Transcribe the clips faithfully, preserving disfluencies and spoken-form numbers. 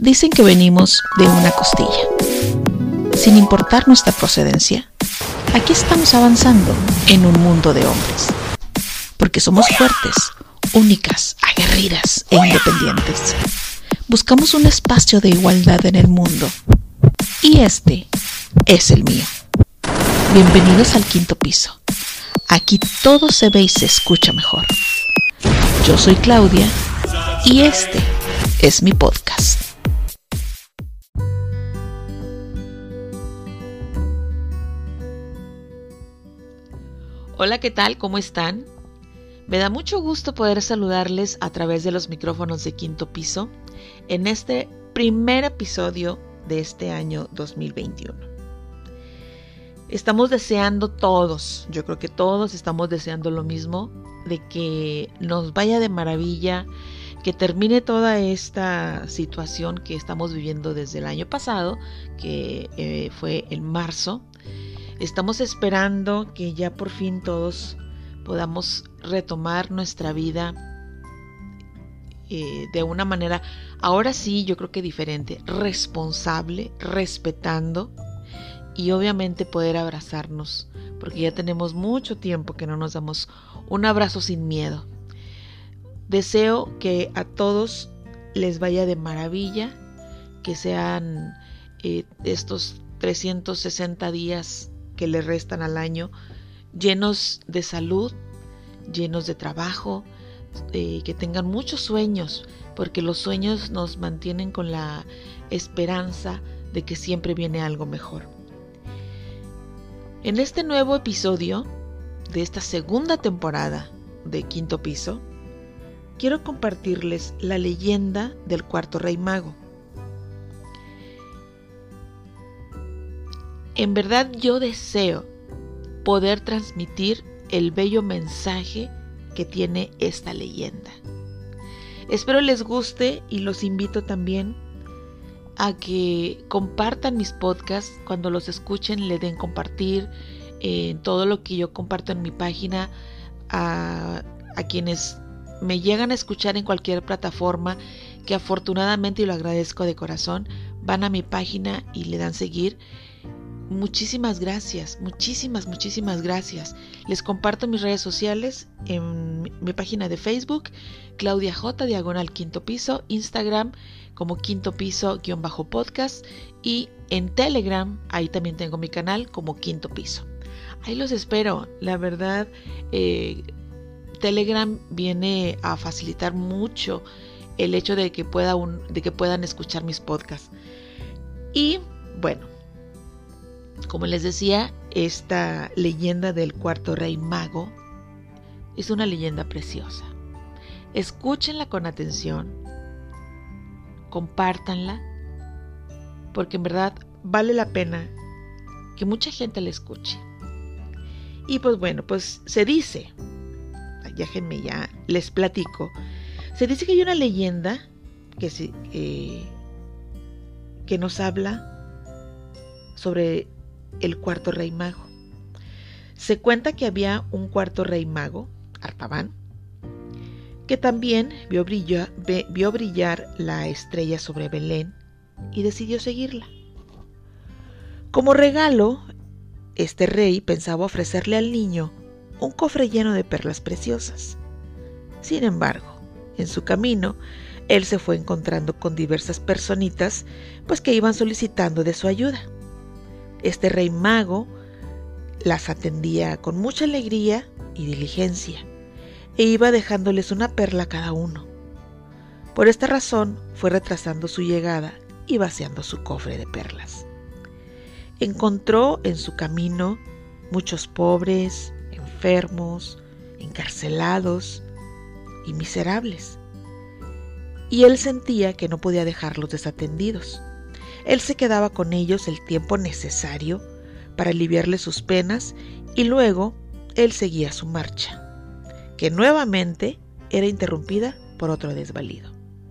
Dicen que venimos de una costilla. Sin importar nuestra procedencia, aquí estamos avanzando en un mundo de hombres. Porque somos fuertes, únicas, aguerridas e independientes. Buscamos un espacio de igualdad en el mundo. Y este es el mío. Bienvenidos al quinto piso. Aquí todo se ve y se escucha mejor. Yo soy Claudia y este es mi podcast. Hola, ¿qué tal? ¿Cómo están? Me da mucho gusto poder saludarles a través de los micrófonos de Quinto Piso en este primer episodio de este año dos mil veintiuno. Estamos deseando todos, yo creo que todos estamos deseando lo mismo, de que nos vaya de maravilla, que termine toda esta situación que estamos viviendo desde el año pasado, que eh, fue en marzo. Estamos esperando que ya por fin todos podamos retomar nuestra vida eh, de una manera, ahora sí, yo creo que diferente, responsable, respetando y obviamente poder abrazarnos, porque ya tenemos mucho tiempo que no nos damos un abrazo sin miedo. Deseo que a todos les vaya de maravilla, que sean eh, estos trescientos sesenta días que le restan al año llenos de salud, llenos de trabajo, eh, que tengan muchos sueños, porque los sueños nos mantienen con la esperanza de que siempre viene algo mejor. En este nuevo episodio de esta segunda temporada de Quinto Piso, quiero compartirles la leyenda del cuarto rey mago. En verdad yo deseo poder transmitir el bello mensaje que tiene esta leyenda. Espero les guste y los invito también a que compartan mis podcasts. Cuando los escuchen le den compartir en eh, todo lo que yo comparto en mi página a, a quienes me llegan a escuchar en cualquier plataforma, que afortunadamente, y lo agradezco de corazón, van a mi página y le dan seguir. Muchísimas gracias, muchísimas, muchísimas gracias. Les comparto mis redes sociales en mi página de Facebook, Claudia J, diagonal Quinto Piso, Instagram como Quinto Piso guión bajo podcast, y en Telegram, ahí también tengo mi canal como Quinto Piso. Ahí los espero, la verdad, eh, Telegram viene a facilitar mucho el hecho de que, pueda un, de que puedan escuchar mis podcasts. Y bueno, como les decía, esta leyenda del cuarto rey mago es una leyenda preciosa. Escúchenla con atención, compártanla, porque en verdad vale la pena que mucha gente la escuche. Y pues bueno, pues se dice, déjenme ya, les platico, se dice que hay una leyenda que, se, eh, que nos habla sobre el cuarto rey mago. Se cuenta que había un cuarto rey mago, Artaban, que también vio brillar, vio brillar la estrella sobre Belén y decidió seguirla. Como regalo, este rey pensaba ofrecerle al niño un cofre lleno de perlas preciosas. Sin embargo, en su camino, él se fue encontrando con diversas personitas, pues que iban solicitando de su ayuda. Este rey mago las atendía con mucha alegría y diligencia, e iba dejándoles una perla a cada uno. Por esta razón fue retrasando su llegada y vaciando su cofre de perlas. Encontró en su camino muchos pobres, enfermos, encarcelados y miserables, y él sentía que no podía dejarlos desatendidos. Él se quedaba con ellos el tiempo necesario para aliviarles sus penas y luego él seguía su marcha, que nuevamente era interrumpida por otro desvalido.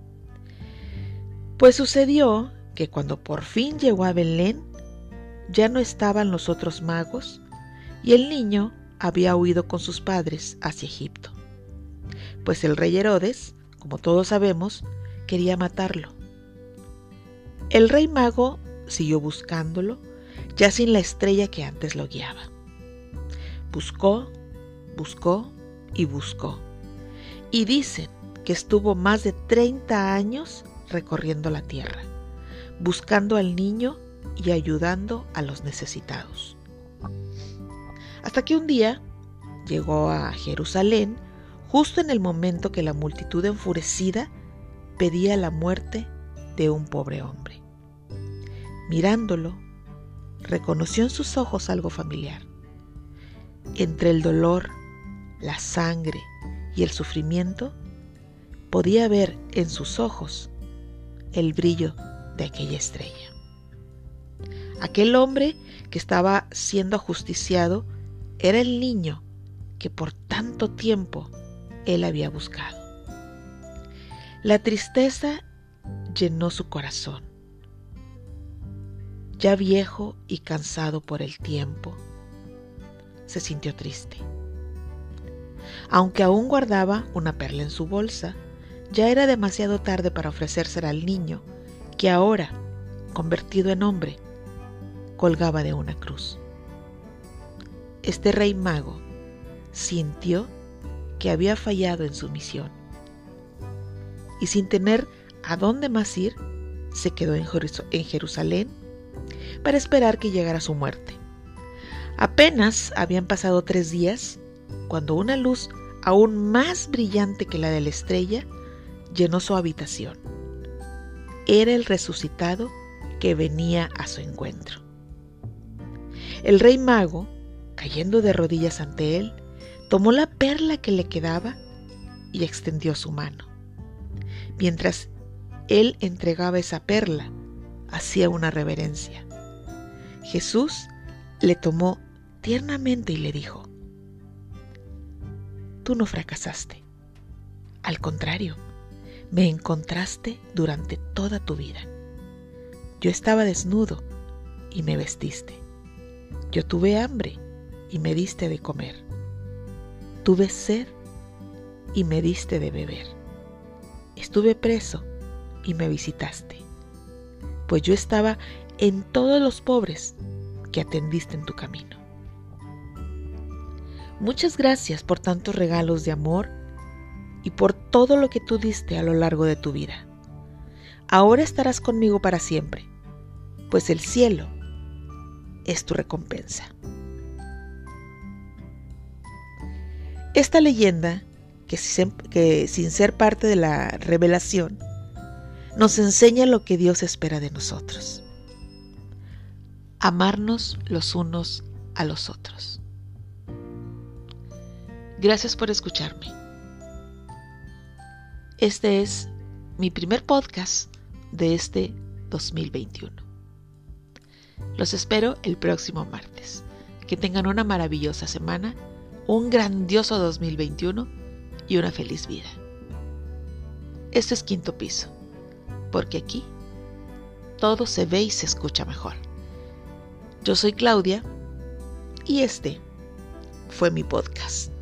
Pues sucedió que cuando por fin llegó a Belén, ya no estaban los otros magos y el niño había huido con sus padres hacia Egipto, pues el rey Herodes, como todos sabemos, quería matarlo. El rey mago siguió buscándolo, ya sin la estrella que antes lo guiaba. Buscó, buscó y buscó. Y dicen que estuvo más de treinta años recorriendo la tierra, buscando al niño y ayudando a los necesitados. Hasta que un día llegó a Jerusalén justo en el momento que la multitud enfurecida pedía la muerte de un pobre hombre. Mirándolo, reconoció en sus ojos algo familiar. Entre el dolor, la sangre y el sufrimiento, podía ver en sus ojos el brillo de aquella estrella. Aquel hombre que estaba siendo ajusticiado era el niño que por tanto tiempo él había buscado. La tristeza llenó su corazón. Ya viejo y cansado por el tiempo, se sintió triste. Aunque aún guardaba una perla en su bolsa, ya era demasiado tarde para ofrecérsela al niño que ahora, convertido en hombre, colgaba de una cruz. Este rey mago sintió que había fallado en su misión y sin tener a dónde más ir, se quedó en Jerusalén para esperar que llegara su muerte. Apenas habían pasado tres días cuando una luz aún más brillante que la de la estrella llenó su habitación. Era el resucitado que venía a su encuentro. El rey mago, cayendo de rodillas ante él, tomó la perla que le quedaba y extendió su mano. Mientras él entregaba esa perla, hacía una reverencia. Jesús le tomó tiernamente y le dijo: tú no fracasaste. Al contrario, me encontraste durante toda tu vida. Yo estaba desnudo y me vestiste. Yo tuve hambre y me diste de comer. Tuve sed y me diste de beber. Estuve preso y me visitaste, pues yo estaba en todos los pobres que atendiste en tu camino. Muchas gracias por tantos regalos de amor y por todo lo que tú diste a lo largo de tu vida. Ahora estarás conmigo para siempre, pues el cielo es tu recompensa. Esta leyenda, que sin, que sin ser parte de la revelación, nos enseña lo que Dios espera de nosotros: amarnos los unos a los otros. Gracias por escucharme. Este es mi primer podcast de este dos mil veintiuno. Los espero el próximo martes. Que tengan una maravillosa semana, un grandioso dos mil veintiuno y una feliz vida. Esto es Quinto Piso, porque aquí todo se ve y se escucha mejor. Yo soy Claudia y este fue mi podcast.